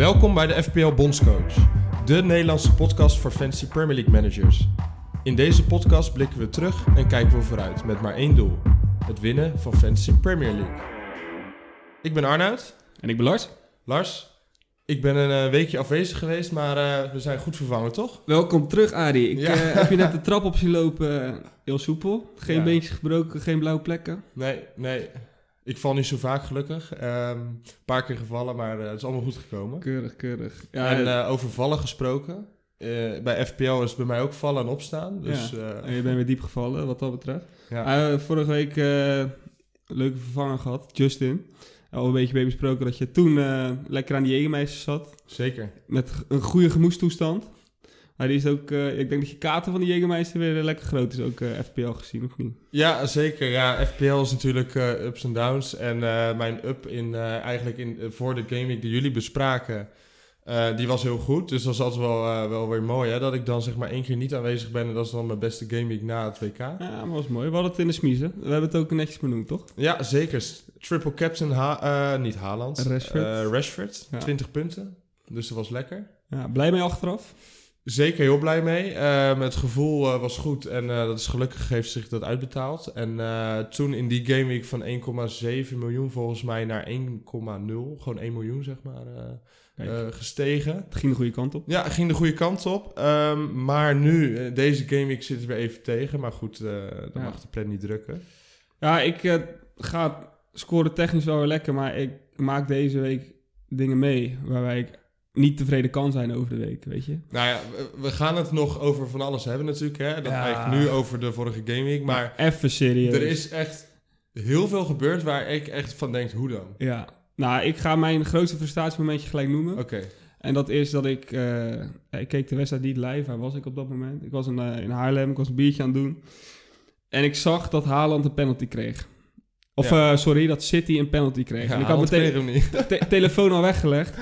Welkom bij de FPL Bondscoach, de Nederlandse podcast voor Fantasy Premier League managers. In deze podcast blikken we terug en kijken we vooruit met maar één doel: het winnen van Fantasy Premier League. Ik ben Arnoud. En ik ben Lars. Lars, ik ben een weekje afwezig geweest, maar we zijn goed vervangen, toch? Welkom terug, Arie. Ik heb je net de trap op zien lopen, heel soepel. Geen beentjes gebroken, geen blauwe plekken. Nee. Ik val niet zo vaak gelukkig. Een paar keer gevallen, maar het is allemaal goed gekomen. Keurig. Ja, en over vallen gesproken. Bij FPL is het bij mij ook vallen en opstaan. Dus, en je bent weer diep gevallen, wat dat betreft. Ja. Vorige week leuke vervanger gehad, Justin. Al een beetje mee besproken dat je toen lekker aan die Jägermeister zat. Zeker. Met een goede gemoedstoestand. Maar die is ook, ik denk dat je kater van die Jägermeister weer lekker groot is, ook FPL gezien, of niet? Ja, zeker. Ja, FPL is natuurlijk ups en downs. En mijn up voor de gameweek die jullie bespraken, die was heel goed. Dus dat is altijd wel weer mooi, hè? Dat ik dan zeg maar 1 keer niet aanwezig ben en dat is dan mijn beste gameweek na het WK. Ja, maar dat was mooi. We hadden het in de smiezen. We hebben het ook netjes benoemd, toch? Ja, zeker. Triple captain, niet Haaland. Rashford, Ja. 20 punten. Dus dat was lekker. Ja, blij mee achteraf? Zeker heel blij mee. Het gevoel was goed en dat is gelukkig heeft zich dat uitbetaald. En toen in die gameweek van 1,7 miljoen volgens mij naar 1,0, gewoon 1 miljoen zeg maar, gestegen. Het ging de goede kant op. Ja, het ging de goede kant op. Maar nu, deze gameweek zit het weer even tegen. Maar goed, dan mag de plan niet drukken. Ja, ik ga scoren technisch wel weer lekker, maar ik maak deze week dingen mee waarbij ik niet tevreden kan zijn over de week, weet je. Nou ja, we gaan het nog over van alles hebben natuurlijk, hè. Dat eigenlijk nu over de vorige gameweek, maar even serieus. Er is echt heel veel gebeurd waar ik echt van denk, hoe dan? Ja, nou, ik ga mijn grootste frustratiemomentje gelijk noemen. Oké. En dat is dat ik keek de wedstrijd niet live, waar was ik op dat moment? Ik was in Haarlem, ik was een biertje aan het doen. En ik zag dat Haaland een penalty kreeg. Of, dat City een penalty kreeg. Ja, en ik had meteen telefoon al weggelegd.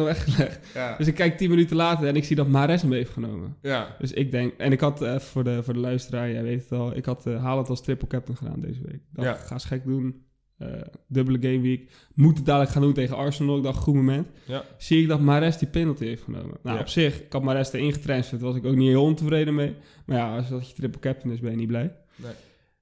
Ja. Dus ik kijk 10 minuten later en ik zie dat Mahrez hem heeft genomen. Ja. Dus ik denk... En ik had, voor de luisteraar, jij weet het al... Ik had Haaland als triple captain gedaan deze week. Ik dacht, ga eens gek doen. Dubbele gameweek. Moet het dadelijk gaan doen tegen Arsenal. Ik dacht, goed moment. Ja. Zie ik dat Mahrez die penalty heeft genomen. Nou, op zich, ik had Mahrez erin getransferd. Was ik ook niet heel ontevreden mee. Maar ja, als dat je triple captain is, ben je niet blij. Nee.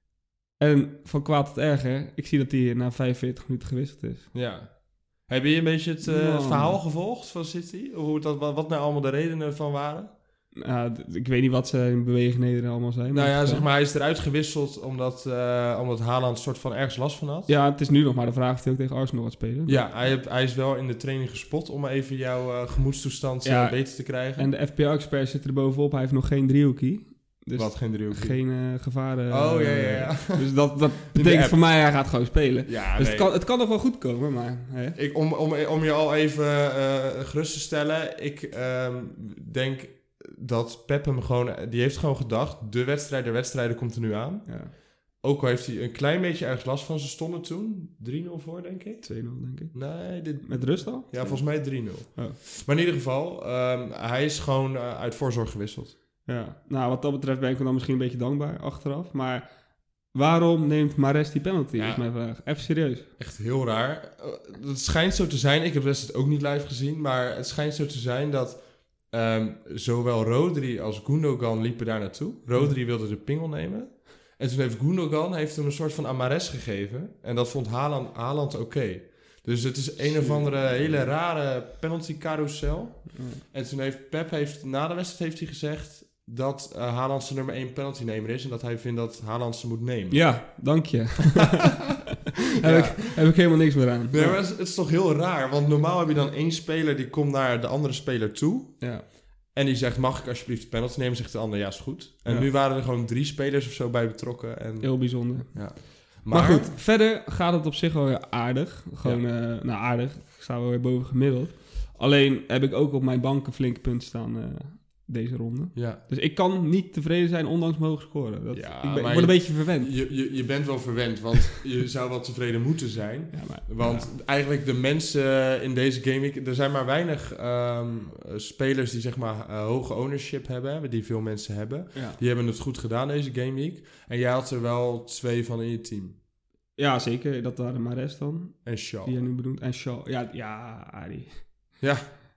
En van kwaad tot erger, ik zie dat hij na 45 minuten gewisseld is. Ja. Heb je een beetje het verhaal gevolgd van City? Wat nou allemaal de redenen van waren? Ik weet niet wat ze in bewegingen allemaal zijn. Nou ja, zeg maar, hij is eruit gewisseld omdat Haaland soort van ergens last van had. Ja, het is nu nog maar de vraag of hij ook tegen Arsenal gaat spelen. Ja, hij is wel in de training gespot om even jouw gemoedstoestand beter te krijgen. En de FPL-expert zit er bovenop, hij heeft nog geen driehoekie. Dus wat, geen driehoekje? Geen gevaren. Oh, ja. Dus dat betekent voor mij, hij gaat gewoon spelen. Ja, dus nee. het kan nog wel goed komen, maar... Hè? Om je al even gerust te stellen, ik denk dat Pep hem gewoon... Die heeft gewoon gedacht, de wedstrijden komt er nu aan. Ja. Ook al heeft hij een klein beetje ergens last van. Ze stonden toen 3-0 voor, denk ik. 2-0, denk ik. Nee. Met rust al? Ja, volgens mij 3-0. Oh. Maar in ieder geval, hij is gewoon uit voorzorg gewisseld. Ja, nou wat dat betreft ben ik me dan misschien een beetje dankbaar achteraf. Maar waarom neemt Mahrez die penalty? Is mijn vraag. Even serieus. Echt heel raar. Het schijnt zo te zijn, ik heb het ook niet live gezien, maar het schijnt zo te zijn dat zowel Rodri als Gundogan liepen daar naartoe. Rodri wilde de pingel nemen. En toen heeft Gundogan hem een soort van aan Mahrez gegeven. En dat vond Haaland oké. Dus het is een of andere hele rare penalty carousel. En toen heeft Pep na de wedstrijd heeft hij gezegd dat Haaland zijn nummer 1 penaltynemer is en dat hij vindt dat Haaland ze moet nemen. Ja, dank je. Heb ik helemaal niks meer aan. Nee, maar het is toch heel raar, want normaal heb je dan 1 speler die komt naar de andere speler toe. Ja. En die zegt, mag ik alsjeblieft de penalty nemen? Zegt de ander, ja, is goed. En nu waren er gewoon 3 spelers of zo bij betrokken. En... Heel bijzonder. Ja. Maar goed, verder gaat het op zich wel weer aardig. Gewoon, aardig. Ik sta wel weer boven gemiddeld. Alleen heb ik ook op mijn bank een flinke punt staan deze ronde. Ja. Dus ik kan niet tevreden zijn ondanks mijn hoge scoren. Ik word een beetje verwend. Je bent wel verwend, want je zou wel tevreden moeten zijn. Want eigenlijk de mensen in deze gameweek... Er zijn maar weinig spelers die zeg maar hoge ownership hebben. Die veel mensen hebben. Ja. Die hebben het goed gedaan deze gameweek. En jij had er wel 2 van in je team. Ja, zeker. Dat waren Mahrez dan. En Shaw. Die je nu bedoelt. En Shaw. Ja, Arie. Ja.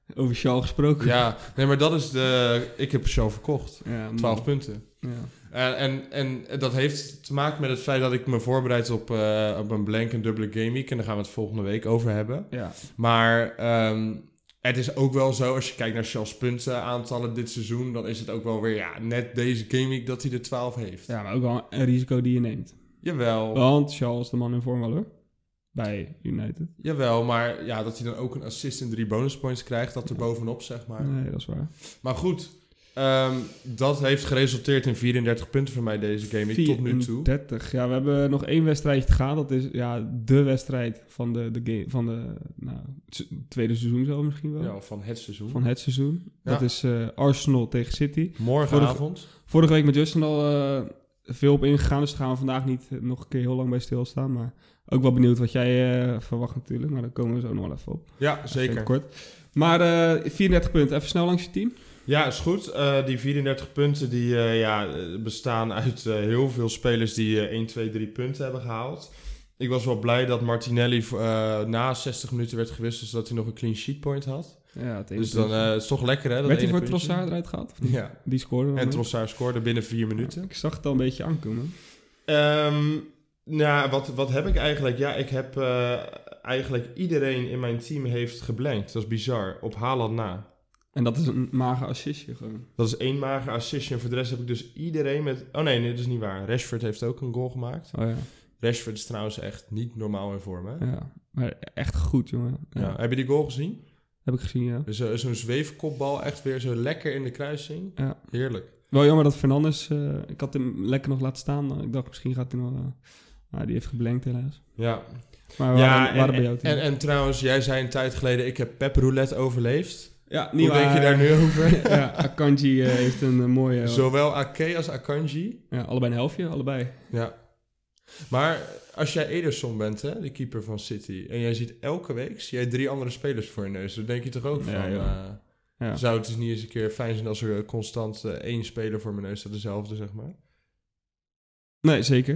Over Shaw gesproken. Ja, nee, maar dat is ik heb Shaw verkocht. Ja, 12 punten. Ja. En dat heeft te maken met het feit dat ik me voorbereid op een blank en dubbele gameweek. En daar gaan we het volgende week over hebben. Ja. Maar het is ook wel zo, als je kijkt naar Shaw's puntenaantallen dit seizoen, dan is het ook wel weer net deze gameweek dat hij er 12 heeft. Ja, maar ook wel een risico die je neemt. Jawel. Want Shaw is de man in vorm wel hoor. Bij United. Jawel, maar ja, dat hij dan ook een assist en 3 bonuspoints krijgt, dat er bovenop, zeg maar. Nee, dat is waar. Maar goed, dat heeft geresulteerd in 34 punten voor mij deze gameweek tot nu toe. 34. Ja, we hebben nog 1 wedstrijdje te gaan. Dat is de wedstrijd van de tweede seizoen zo misschien wel. Ja, van het seizoen. Van het seizoen. Ja. Dat is Arsenal tegen City. Morgenavond. Vorige week met Justin al veel op ingegaan, dus daar gaan we vandaag niet nog een keer heel lang bij stilstaan. Maar ook wel benieuwd wat jij verwacht natuurlijk, maar daar komen we zo nog wel even op. Ja, zeker. Even kort. Maar 34 punten, even snel langs je team. Ja, is goed. Die 34 punten die bestaan uit heel veel spelers die 1, 2, 3 punten hebben gehaald. Ik was wel blij dat Martinelli na 60 minuten werd gewisseld, zodat hij nog een clean sheet point had. Ja, dus dan is het toch lekker, hè? Werd hij voor Trossard eruit gehaald? Ja. Die scoorde. En Trossard scoorde binnen 4 minuten. Ja, ik zag het al een beetje aankomen. Wat heb ik eigenlijk? Ja, ik heb eigenlijk iedereen in mijn team heeft geblankt. Dat is bizar. Op Haaland na. En dat is een mager assistje gewoon. Dat is 1 mager assistje. En voor de rest heb ik dus iedereen met... Oh nee, dat is niet waar. Rashford heeft ook een goal gemaakt. Oh ja. Rashford is trouwens echt niet normaal in vorm, hè? Ja, maar echt goed, jongen. Ja. Heb je die goal gezien? Heb ik gezien, ja. Dus, zo'n zweefkopbal, echt weer zo lekker in de kruising. Ja. Heerlijk. Wel jammer dat Fernandes... ik had hem lekker nog laten staan. Ik dacht, misschien gaat hij nog... maar die heeft geblankt helaas. Ja. Maar we waren bij jou team. En trouwens, jij zei een tijd geleden... Ik heb Pep Roulette overleefd. Ja, hoe denk je daar nu over? Ja, Akanji heeft een mooie... Zowel Ake als Akanji. Ja, allebei een helftje, allebei. Ja. Maar als jij Ederson bent, hè, de keeper van City... en jij ziet elke week zie jij 3 andere spelers voor je neus... dan denk je toch ook van... Ja. Zou het dus niet eens een keer fijn zijn... als er constant 1 speler voor mijn neus staat, dezelfde, zeg maar? Nee, zeker.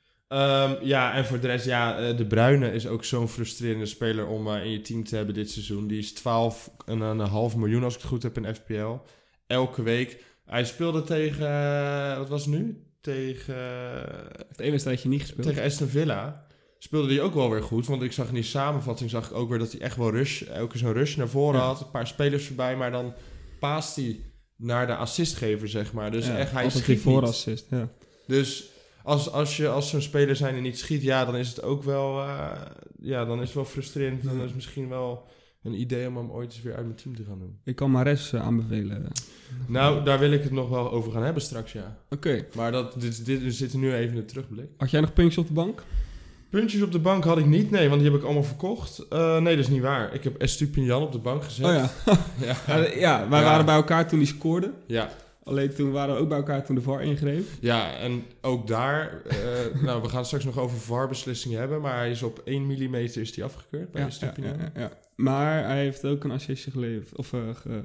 En voor de rest, De Bruyne is ook zo'n frustrerende speler om in je team te hebben dit seizoen. Die is 12,5 miljoen als ik het goed heb in FPL. Elke week. Hij speelde tegen, wat was het nu? Tegen... Het één wedstrijdje niet gespeeld. Tegen Aston Villa. Speelde hij ook wel weer goed. Want ik zag in die samenvatting zag ik ook weer dat hij echt wel elke zo'n rush naar voren had. Een paar spelers voorbij, maar dan paast hij naar de assistgever, zeg maar. Dus echt, hij schiet niet. Voorassist, ja. Dus... Als zo'n speler zijn en niet schiet, dan is het ook wel... dan is het wel frustrerend. Dan is het misschien wel een idee om hem ooit eens weer uit mijn team te gaan doen. Ik kan Mahrez aanbevelen. Nou, daar wil ik het nog wel over gaan hebben straks, ja. Oké. Maar we zitten nu even in de terugblik. Had jij nog puntjes op de bank? Puntjes op de bank had ik niet, nee, want die heb ik allemaal verkocht. Nee, dat is niet waar. Ik heb Estupiñan op de bank gezet. Oh ja. Wij waren bij elkaar toen die scoorde. Ja. Alleen toen waren we ook bij elkaar toen de VAR ingreep. Ja, en ook daar... we gaan straks nog over VAR-beslissingen hebben... maar hij is op 1 mm is die afgekeurd bij Estupiñan. Ja. Maar hij heeft ook een assistje geleverd. Of,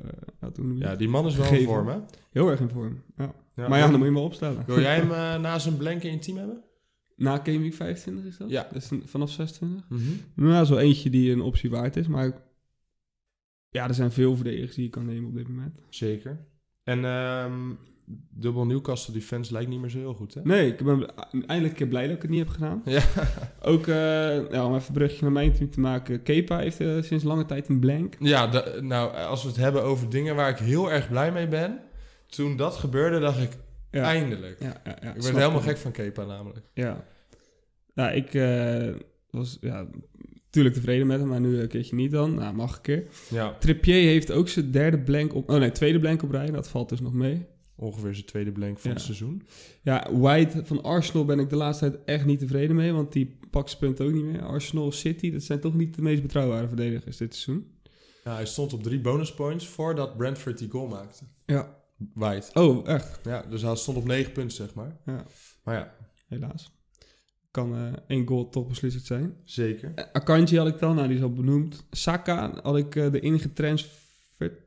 die man is wel in vorm, hè? Heel erg in vorm, ja. Maar dan moet je hem wel opstellen. Wil jij hem na zijn blank in je team hebben? Na Game Week 25 is dat? Ja. Dus vanaf 26? Mm-hmm. Nou, zo eentje die een optie waard is. Maar ja, er zijn veel verdedigers die je kan nemen op dit moment. Zeker. En dubbel Newcastle defense lijkt niet meer zo heel goed, hè? Nee, ik ben eindelijk een keer blij dat ik het niet heb gedaan. Ja. Ook, om even een brugje naar mijn team te maken. Kepa heeft sinds lange tijd een blank. Ja, als we het hebben over dingen waar ik heel erg blij mee ben. Toen dat gebeurde, dacht ik, eindelijk. Ja, ik werd helemaal gek van Kepa namelijk. Ja. Nou, ik was natuurlijk tevreden met hem, maar nu een keertje niet dan. Nou, mag een keer. Ja. Trippier heeft ook zijn tweede blank op rij. Dat valt dus nog mee. Ongeveer zijn tweede blank van het seizoen. Ja, White van Arsenal ben ik de laatste tijd echt niet tevreden mee, want die pakt zijn punten ook niet meer. Arsenal, City, dat zijn toch niet de meest betrouwbare verdedigers dit seizoen. Ja, hij stond op 3 bonuspoints voordat Brentford die goal maakte. Ja. White. Oh, echt? Ja, dus hij stond op 9 punten, zeg maar. Ja. Maar ja. Helaas. Kan 1 goal toch beslissend zijn. Zeker. Akanji had ik dan, die is al benoemd. Saka had ik erin getransferd.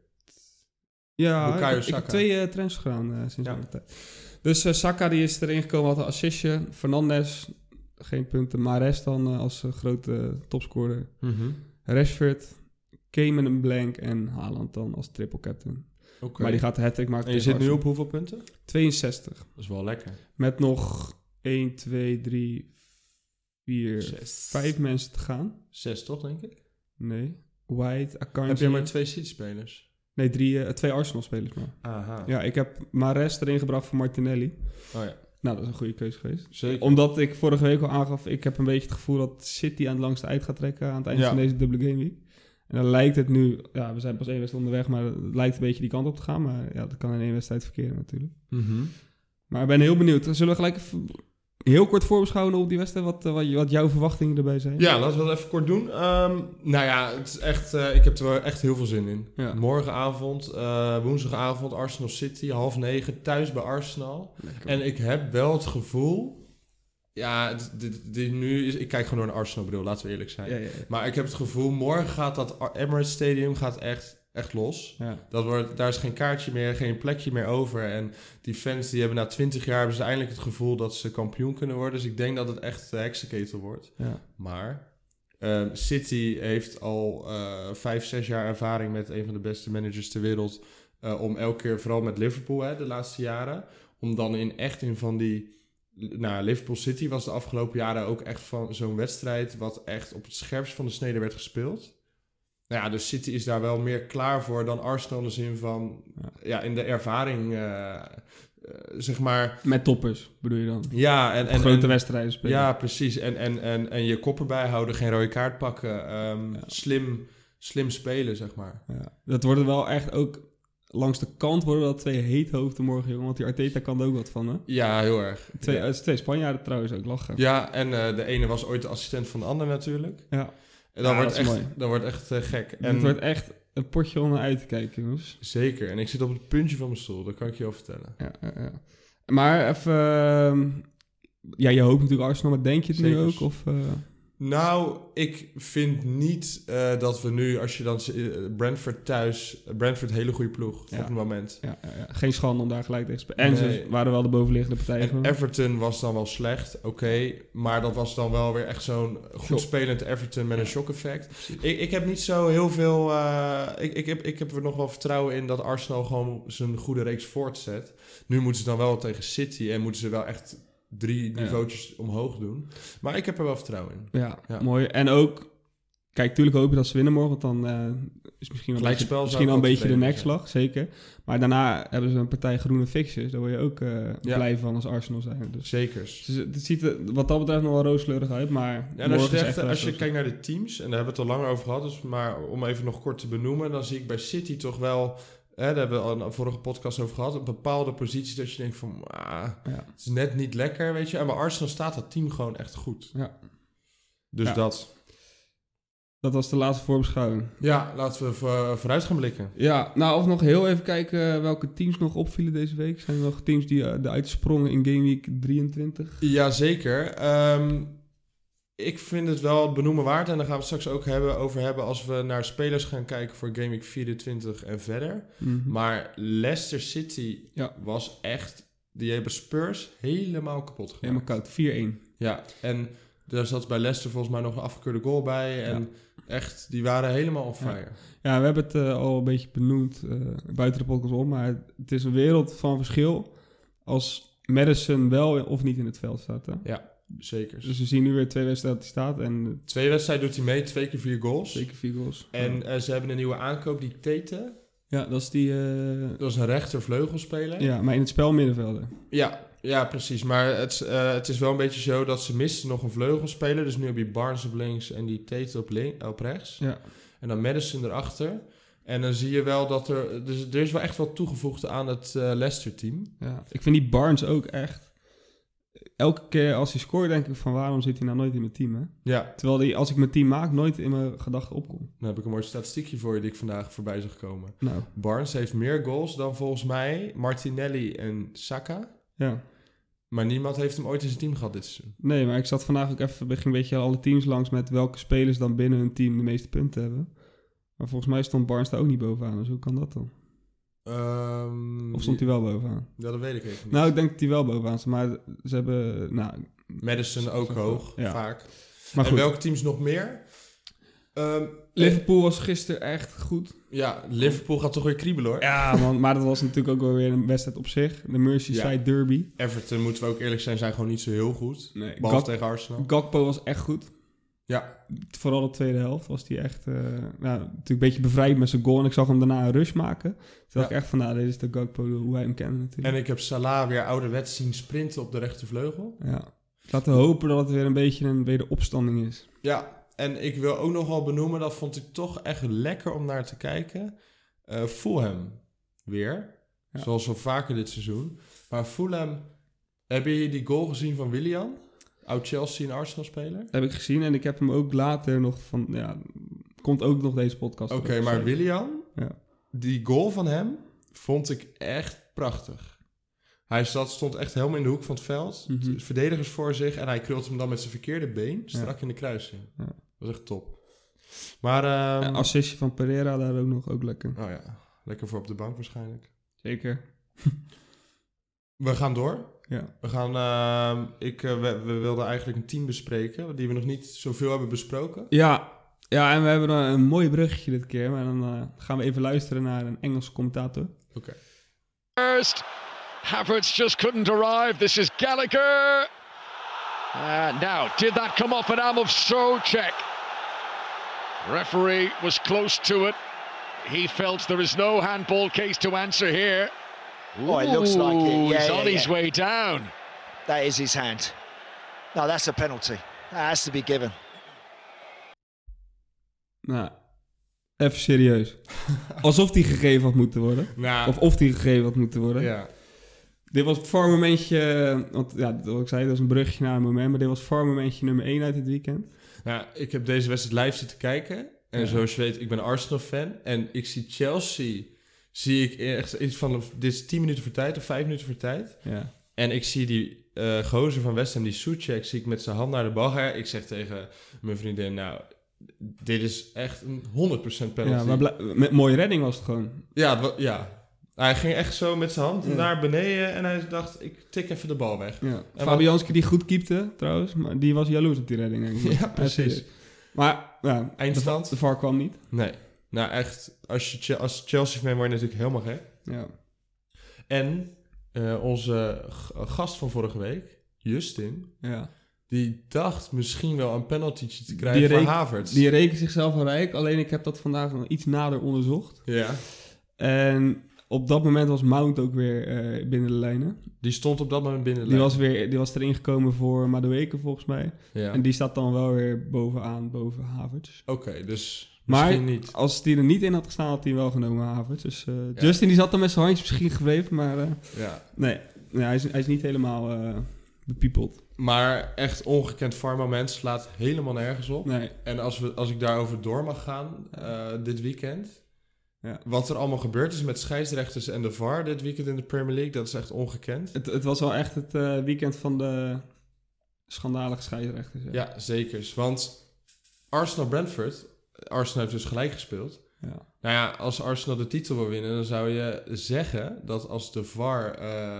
Ja, ik heb 2 transfers gedaan sinds lange tijd. Dus Saka die is erin gekomen, had een assistje. Fernandes, geen punten. Mahrez dan als grote topscorer. Mm-hmm. Rashford, Kane met een blank en Haaland dan als triple captain. Okay. Maar die gaat de hat-trick maken. En je zit nu op hoeveel punten? 62. Dat is wel lekker. Met nog 1, 2, 3, 4, 5 mensen te gaan. 6 toch, denk ik? Nee. White, Akanji. Heb je maar 2 City-spelers? Nee, 2 Arsenal-spelers maar. Aha. Ja, ik heb Mahrez erin gebracht voor Martinelli. Oh ja. Nou, dat is een goede keuze geweest. Zeker. Omdat ik vorige week al aangaf, ik heb een beetje het gevoel dat City aan het langste uit gaat trekken aan het eind van deze dubbele gameweek. En dan lijkt het nu, ja, we zijn pas 1 wedstrijd onderweg, maar het lijkt een beetje die kant op te gaan. Maar ja, dat kan in 1 wedstrijd verkeren natuurlijk. Mm-hmm. Maar ik ben heel benieuwd. Zullen we gelijk even heel kort voorbeschouwen op die wedstrijd, wat jouw verwachtingen erbij zijn? Ja, laten we dat even kort doen. Nou ja, het is echt, ik heb er wel echt heel veel zin in. Ja. Morgenavond, woensdagavond, Arsenal City, 8:30, thuis bij Arsenal. Lekker. En ik heb wel het gevoel... Ja, ik kijk gewoon door een Arsenal-bril, laten we eerlijk zijn. Ja. Maar ik heb het gevoel, morgen gaat dat Emirates Stadium echt los. Ja. Daar is geen kaartje meer, geen plekje meer over. En die fans die hebben na 20 jaar hebben ze eindelijk het gevoel dat ze kampioen kunnen worden. Dus ik denk dat het echt de heksenketel wordt. Ja. Maar City heeft al 5-6 jaar ervaring met een van de beste managers ter wereld. Om elke keer, vooral met Liverpool de laatste jaren, om dan in van die... Nou, Liverpool City was de afgelopen jaren ook echt van zo'n wedstrijd wat echt op het scherpst van de snede werd gespeeld. Nou ja, dus City is daar wel meer klaar voor dan Arsenal in de zin van, ja in de ervaring, zeg maar... Met toppers, bedoel je dan? Ja, en grote wedstrijden spelen. Ja, precies. En je kop erbij houden, geen rode kaart pakken, slim spelen, zeg maar. Ja. Dat wordt wel echt ook... Langs de kant worden wel 2 heethoofden morgen, jongen. Want die Arteta kan er ook wat van, hè? Ja, heel erg. 2 Spanjaarden trouwens ook, lachen. Ja, en de ene was ooit de assistent van de ander natuurlijk. Ja. En dat wordt echt gek. En het wordt echt een potje om naar uit te kijken, jongens. Zeker. En ik zit op het puntje van mijn stoel, dat kan ik je wel vertellen. Ja. Maar even... ja, je hoopt natuurlijk Arsenal, maar denk je het nu ook? Of... Nou, ik vind niet dat we nu, als je dan Brentford thuis... Brentford, hele goede ploeg op het moment. Ja. Geen schande om daar gelijk tegen te spelen. En ze waren wel de bovenliggende partij. En Everton was dan wel slecht, oké. Maar dat was dan wel weer echt zo'n goed spelend Everton met een shock-effect. Ik heb niet zo heel veel... Ik heb er nog wel vertrouwen in dat Arsenal gewoon zijn goede reeks voortzet. Nu moeten ze dan wel tegen City en moeten ze wel echt... 3 niveautjes omhoog doen. Maar ik heb er wel vertrouwen in. Ja, mooi. En ook... Kijk, tuurlijk hoop je dat ze winnen morgen. Want dan is misschien wel een beetje de nekslag. Zeker. Maar daarna hebben ze een partij groene fixtures. Daar word je ook blij van als Arsenal zijn. Dus, zeker. Dus het ziet er wat dat betreft nog wel rooskleurig uit. Maar en als je kijkt naar de teams... En daar hebben we het al langer over gehad. Dus maar om even nog kort te benoemen... Dan zie ik bij City toch wel... daar hebben we al een vorige podcast over gehad. Op bepaalde posities dat je denkt van... het is net niet lekker, weet je. En bij Arsenal staat dat team gewoon echt goed. Ja. Dus dat... Dat was de laatste voorbeschouwing. Ja, laten we vooruit gaan blikken. Ja, nou of nog heel even kijken welke teams nog opvielen deze week. Zijn er nog teams die eruit sprongen in Game Week 23? Jazeker. Ik vind het wel benoemen waard. En daar gaan we het straks ook over hebben als we naar spelers gaan kijken voor Game Week 24 en verder. Mm-hmm. Maar Leicester City was echt... Die hebben Spurs helemaal kapot gemaakt. Helemaal koud. 4-1. Ja, en daar zat bij Leicester volgens mij nog een afgekeurde goal bij. En echt, die waren helemaal on fire. Ja, we hebben het al een beetje benoemd buiten de podcast om. Maar het is een wereld van verschil als Maddison wel of niet in het veld staat. Hè? Ja. Zeker. Dus we zien nu weer 2 wedstrijden dat hij staat. En 2 wedstrijden doet hij mee, 2 keer 4 goals. 2 keer 4 goals. En ze hebben een nieuwe aankoop, die Tete. Ja, dat is die... Dat is een rechtervleugelspeler. Ja, maar in het spel middenvelder. Ja, precies. Maar het is wel een beetje zo dat ze misten nog een vleugelspeler. Dus nu heb je Barnes op links en die Tete op rechts. Ja. En dan Maddison erachter. En dan zie je wel dat er... Dus er is wel echt wat toegevoegd aan het Leicester-team. Ja, ik vind die Barnes ook echt... Elke keer als hij scoort, denk ik van waarom zit hij nou nooit in mijn team, hè? Ja. Terwijl hij, als ik mijn team maak, nooit in mijn gedachten opkomt. Dan heb ik een mooi statistiekje voor je die ik vandaag voorbij zag komen. Nou. Barnes heeft meer goals dan volgens mij Martinelli en Saka. Ja. Maar niemand heeft hem ooit in zijn team gehad dit seizoen. Nee, maar ik zat vandaag ook even... ging een beetje alle teams langs met welke spelers dan binnen hun team de meeste punten hebben. Maar volgens mij stond Barnes daar ook niet bovenaan. Dus hoe kan dat dan? Of stond hij wel bovenaan? Ja, dat weet ik even niet. Nou, ik denk dat hij wel bovenaan stond. Maar ze hebben... Maddison ook hoog, ja. vaak. Maar en welke teams nog meer? Liverpool was gisteren echt goed. Ja, Liverpool gaat toch weer kriebelen hoor. Ja, man, maar dat was natuurlijk ook wel weer een wedstrijd op zich. De Merseyside Derby. Everton, moeten we ook eerlijk zijn gewoon niet zo heel goed. Nee, Behalve tegen Arsenal. Gakpo was echt goed. Ja. Vooral de tweede helft was hij echt... natuurlijk een beetje bevrijd met zijn goal. En ik zag hem daarna een rush maken. Toen dacht ik echt van, dit is de Gakpo hoe wij hem kennen natuurlijk. En ik heb Salah weer ouderwets zien sprinten op de rechtervleugel. Ja. Laten we hopen dat het weer een beetje een wederopstanding is. Ja, en ik wil ook nog wel benoemen, dat vond ik toch echt lekker om naar te kijken. Fulham weer. Ja. Zoals zo vaker dit seizoen. Maar Fulham, heb je die goal gezien van Willian? Oud-Chelsea en Arsenal-speler? Heb ik gezien en ik heb hem ook later nog van... Ja, komt ook nog deze podcast. Oké, maar Willian, die goal van hem vond ik echt prachtig. Hij stond echt helemaal in de hoek van het veld. Mm-hmm. Verdedigers voor zich. En hij krult hem dan met zijn verkeerde been strak in de kruising. Ja. Dat was echt top. Maar... assistje van Pereira daar ook lekker. Oh ja, lekker voor op de bank waarschijnlijk. Zeker. We gaan door. Ja. We gaan... we wilden eigenlijk een team bespreken die we nog niet zoveel hebben besproken. Ja, en we hebben een mooi bruggetje dit keer. Maar dan gaan we even luisteren naar een Engelse commentator. Oké. First... Havertz just couldn't arrive. This is Gallagher. Now, did that come off an arm of Souček? Referee was close to it. He felt there is no handball case to answer here. Oh, it looks like it. Yeah, he's on his way down. That is his hand. No, that's a penalty. That has to be given. Nou, even serieus. Alsof die gegeven had moeten worden. Of die gegeven had moeten worden. Ja. Dit was het VAR-momentje, want wat ik zei, dat was een brugje naar een moment, maar dit was het VAR-momentje nummer 1 uit het weekend. Nou, ik heb deze wedstrijd live zitten kijken en zoals je weet, ik ben Arsenal-fan en ik zie Chelsea, zie ik echt iets van, dit is 10 minuten voor tijd of 5 minuten voor tijd. Ja. En ik zie die gozer van West Ham, die Souček, zie ik met zijn hand naar de bal gaan. Ik zeg tegen mijn vriendin, nou, dit is echt een 100% penalty. Ja, maar met mooie redding was het gewoon. Ja. Hij ging echt zo met zijn hand naar beneden en hij dacht, ik tik even de bal weg. Ja. Fabianski die goed keepte trouwens, maar die was jaloers op die redding eigenlijk. Ja, precies. Maar eindstand? De VAR kwam niet. Nee. Nou echt, als Chelsea-fan word je natuurlijk helemaal gek. Ja. En onze gast van vorige week, Justin, die dacht misschien wel een penaltytje te krijgen voor Havertz. Die rekent zichzelf al rijk, alleen ik heb dat vandaag nog iets nader onderzocht. Ja. En op dat moment was Mount ook weer binnen de lijnen. Die stond op dat moment binnen de lijnen? Die was erin gekomen voor Madueke volgens mij. Ja. En die staat dan wel weer boven Havertz. Oké, dus maar niet. Als die er niet in had gestaan, had hij wel genomen Havertz. Dus Justin die zat dan met zijn handjes misschien gewreven, maar nee, hij is niet helemaal bepiepeld. Maar echt ongekend VAR-moment, slaat helemaal nergens op. Nee. En als ik daarover door mag gaan dit weekend... Ja. Wat er allemaal gebeurd is met scheidsrechters en de VAR dit weekend in de Premier League, dat is echt ongekend. Het was wel echt het weekend van de schandalige scheidsrechters. Ja, zeker. Want Arsenal heeft dus gelijk gespeeld. Ja. Nou ja, als Arsenal de titel wil winnen, dan zou je zeggen dat als de VAR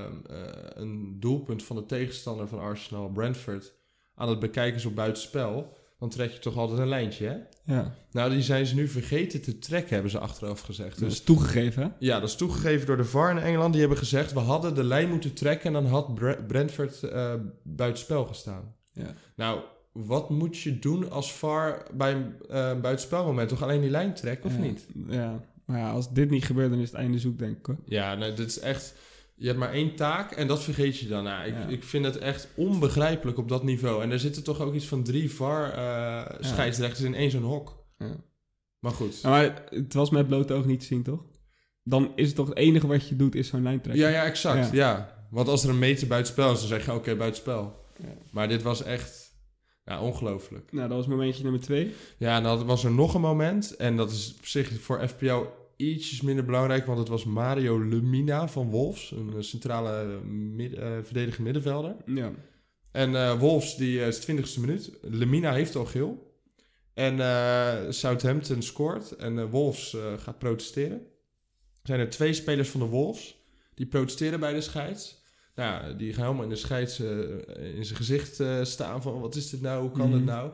een doelpunt van de tegenstander van Arsenal, Brentford, aan het bekijken is op buitenspel, dan trek je toch altijd een lijntje, hè? Ja. Nou, die zijn ze nu vergeten te trekken, hebben ze achteraf gezegd. Dat is toegegeven, hè? Ja, dat is toegegeven door de VAR in Engeland. Die hebben gezegd, we hadden de lijn moeten trekken en dan had Brentford buitenspel gestaan. Ja. Nou, wat moet je doen als VAR bij een buitenspelmoment? Toch alleen die lijn trekken, of niet? Ja, maar ja, als dit niet gebeurt, dan is het einde zoek, denk ik, hoor. Ja, nou, dit is echt... Je hebt maar 1 taak en dat vergeet je dan. Nou, ik vind het echt onbegrijpelijk op dat niveau. En er zitten toch ook iets van 3 VAR-scheidsrechters in 1 zo'n hok. Ja. Maar goed. Ja, maar het was met blote oog niet te zien, toch? Dan is het toch het enige wat je doet, is zo'n lijn trekken. Ja, exact. Ja. Want als er een meter buitenspel is, dan zeg je oké, buitenspel. Ja. Maar dit was echt ongelooflijk. Nou, dat was momentje nummer 2. Ja, en dan was er nog een moment. En dat is op zich voor FPL ietsjes minder belangrijk, want het was Mario Lemina van Wolves, een centrale verdedigende middenvelder. Ja. En Wolves, die is 20e minuut. Lemina heeft al geel. En Southampton scoort en Wolves gaat protesteren. Er zijn er 2 spelers van de Wolves die protesteren bij de scheids. Nou, die gaan helemaal in de scheids in zijn gezicht staan van wat is dit nou, hoe kan dit nou?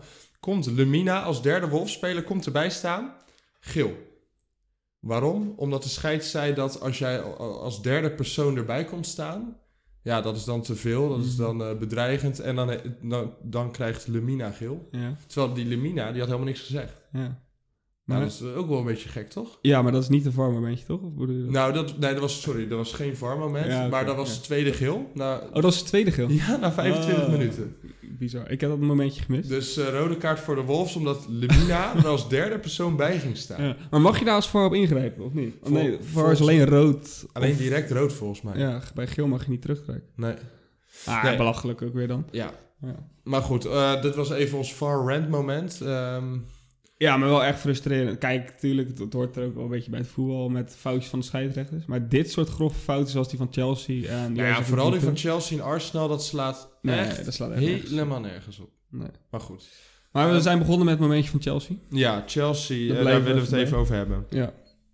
komt Lemina als derde Wolfsspeler komt erbij staan. Geel. Waarom? Omdat de scheids zei dat als jij als derde persoon erbij komt staan... Ja, dat is dan te veel. Dat is dan bedreigend. En dan krijgt Lemina geel. Ja. Terwijl die Lemina, die had helemaal niks gezegd. Ja. Nou, dat is ook wel een beetje gek, toch? Ja, maar dat is niet een VAR-momentje, toch? Of bedoel je dat? Nou, dat was geen VAR-moment. Ja, okay, maar dat was het tweede geel. Dat was het tweede geel? Ja, na 25 minuten. Bizar. Ik heb dat momentje gemist. Dus rode kaart voor de Wolves, omdat Lemina er als derde persoon bij ging staan. Ja. Maar mag je daar als VAR op ingrijpen, of niet? Nee, VAR is alleen rood. Alleen direct rood, volgens mij. Ja, bij geel mag je niet terugkijken. Nee. Nee. Belachelijk ook weer dan. Ja. Maar goed, dit was even ons VAR-rant moment. Ja, maar wel echt frustrerend. Kijk, natuurlijk, het hoort er ook wel een beetje bij het voetbal met foutjes van de scheidsrechters. Maar dit soort grove fouten zoals die van Chelsea en... vooral die van Chelsea en Arsenal, dat slaat echt helemaal nergens op. Nee. Maar goed. Maar we zijn begonnen met het momentje van Chelsea. Ja, Chelsea, daar willen we het even over hebben. Ja.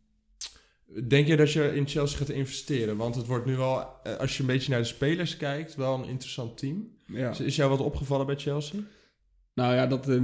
Denk je dat je in Chelsea gaat investeren? Want het wordt nu wel, als je een beetje naar de spelers kijkt, wel een interessant team. Ja. Is jou wat opgevallen bij Chelsea? Nou ja, dat...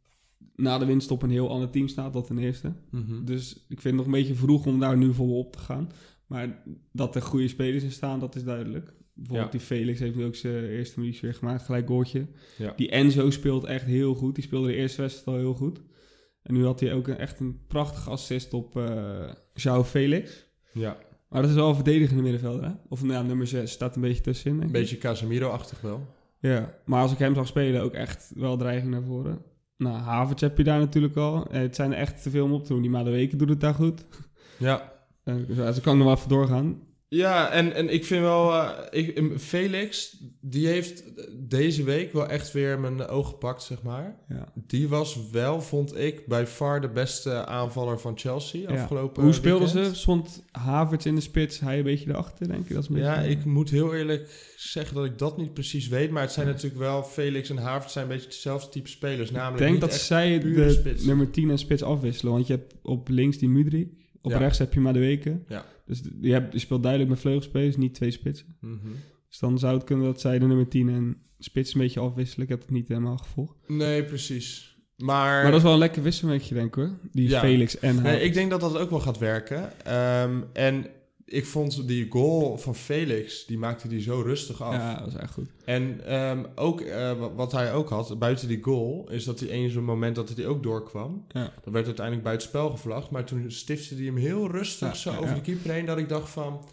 na de winst op een heel ander team staat, dat ten eerste. Mm-hmm. Dus ik vind het nog een beetje vroeg om daar nu vol op te gaan. Maar dat er goede spelers in staan, dat is duidelijk. Bijvoorbeeld die Felix heeft nu ook zijn eerste minuutje weer gemaakt, gelijk goaltje. Ja. Die Enzo speelt echt heel goed. Die speelde de eerste wedstrijd al heel goed. En nu had hij ook echt een prachtige assist op João Felix. Ja. Maar dat is wel een verdedigende middenvelder, hè? Of nummer 6 staat een beetje tussenin, denk ik. Een beetje Casemiro-achtig wel. Ja, maar als ik hem zag spelen, ook echt wel dreiging naar voren. Nou, Havertz heb je daar natuurlijk al. Het zijn er echt te veel om op te doen. Die Madueke doet het daar goed. Ja. Dus kan ik nog wel even doorgaan. Ja, en ik vind wel... Felix, die heeft deze week wel echt weer mijn oog gepakt, zeg maar. Ja. Die was wel, vond ik, bij far de beste aanvaller van Chelsea afgelopen Hoe speelden ze? Stond Havertz in de spits, hij een beetje erachter, denk ik? Dat is een beetje ik moet heel eerlijk zeggen dat ik dat niet precies weet. Maar het zijn natuurlijk wel... Felix en Havertz zijn een beetje hetzelfde type spelers. Namelijk ik denk dat zij de nummer 10 en spits afwisselen. Want je hebt op links die Mudryk. Op rechts heb je Madueke. Ja. Dus je speelt duidelijk met vleugelspelers, niet twee spitsen. Mm-hmm. Dus dan zou het kunnen dat zij de nummer 10 en spits een beetje afwisselen. Ik heb het niet helemaal gevolgd. Nee, precies. Maar dat is wel een lekker wisselwerkje, denk ik, hoor. Die Felix en Havertz. Nee, ik denk dat dat ook wel gaat werken. En ik vond die goal van Felix, die maakte die zo rustig af. Ja, dat was echt goed. En ook wat hij ook had, buiten die goal, is dat hij zo'n moment dat hij ook doorkwam. Ja. Dat werd uiteindelijk buitenspel gevlacht, maar toen stifte hij hem heel rustig over de keeper heen, dat ik dacht van,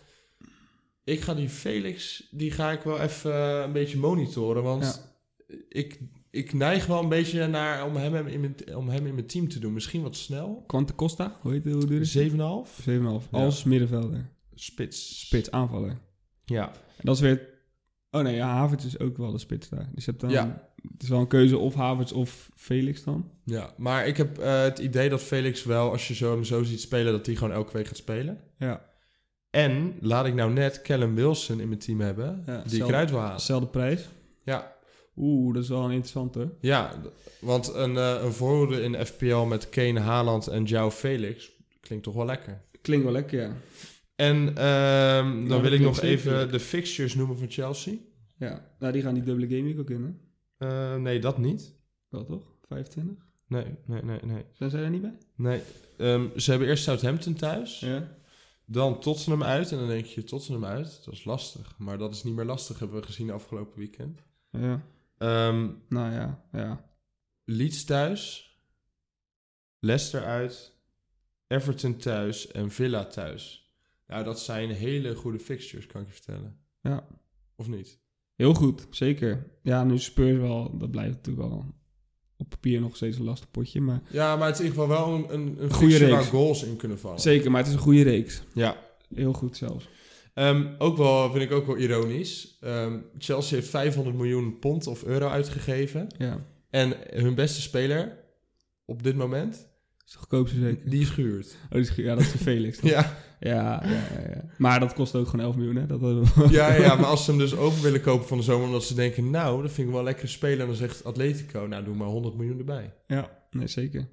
ik ga die Felix, die ga ik wel even een beetje monitoren, want ik neig wel een beetje naar om hem in mijn team te doen. Misschien wat snel. Quante Costa, hoe duur is 7,5? 7,5, als middenvelder. Spits, aanvaller. Ja. En dat is weer... Oh nee, Havertz is ook wel de spits daar. Dus je hebt dan... Het is wel een keuze of Havertz of Felix dan. Ja, maar ik heb het idee dat Felix wel, als je hem zo ziet spelen, dat hij gewoon elke week gaat spelen. Ja. En laat ik nou net Callum Wilson in mijn team hebben, die ik eruit wil halen. Dezelfde prijs? Ja. Dat is wel een interessante. Ja, want een voorhoede in FPL met Kane, Haaland en João Felix klinkt toch wel lekker. Klinkt wel lekker, ja. En dan wil ik nog even de fixtures noemen van Chelsea. Ja, nou die gaan die dubbele gameweek ook in, hè? Nee, dat niet. Wel toch? 25? Nee. Zijn zij daar niet bij? Nee. Ze hebben eerst Southampton thuis. Ja. Dan Tottenham uit. En dan denk je, Tottenham uit, dat is lastig. Maar dat is niet meer lastig, hebben we gezien afgelopen weekend. Ja. Nou ja. Leeds thuis. Leicester uit. Everton thuis en Villa thuis. Nou, dat zijn hele goede fixtures, kan ik je vertellen. Ja. Of niet? Heel goed, zeker. Ja, nu Spurs wel, dat blijft natuurlijk wel op papier nog steeds een lastig potje. Maar... Ja, maar het is in ieder geval wel een goede reeks waar goals in kunnen vallen. Zeker, maar het is een goede reeks. Ja. Heel goed zelfs. Vind ik ook wel ironisch. Chelsea heeft 500 miljoen pond of euro uitgegeven. Ja. En hun beste speler op dit moment... Is de goedkoopste zeker? Die is gehuurd. Ja, dat is de Felix. Ja. Maar dat kost ook gewoon 11 miljoen, hè? Maar als ze hem dus over willen kopen van de zomer... omdat ze denken, nou, dat vind ik wel een lekkere speler... en dan zegt Atletico, nou, doe maar 100 miljoen erbij. Ja, nee, zeker.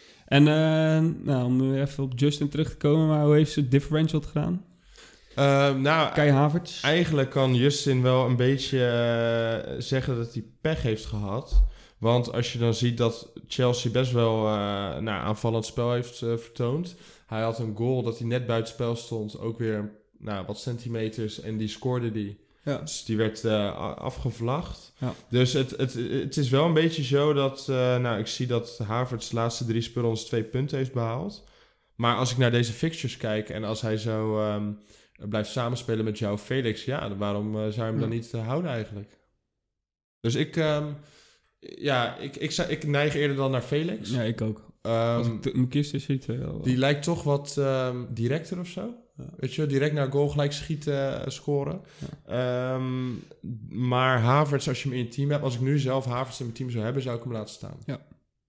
En om nu even op Justin terug te komen... maar hoe heeft ze differential gedaan? Kai Havertz? Eigenlijk kan Justin wel een beetje zeggen dat hij pech heeft gehad... Want als je dan ziet dat Chelsea best wel aanvallend spel heeft vertoond. Hij had een goal dat hij net buiten spel stond. Ook weer wat centimeters. En die scoorde die. Ja. Dus die werd afgevlacht. Ja. Dus het is wel een beetje zo dat... ik zie dat Havertz de laatste 3 speelrondes 2 punten heeft behaald. Maar als ik naar deze fixtures kijk... en als hij zo blijft samenspelen met jou Felix... ja, waarom zou je hem dan niet houden eigenlijk? Dus ik neig eerder dan naar Felix. Ja, ik ook. Als ik mijn kist is, ziet wel. Die lijkt toch wat directer of zo. Ja. Weet je, direct naar goal gelijk schieten, scoren. Ja. Maar Havertz, als je hem in je team hebt... Als ik nu zelf Havertz in mijn team zou hebben... zou ik hem laten staan. Ja.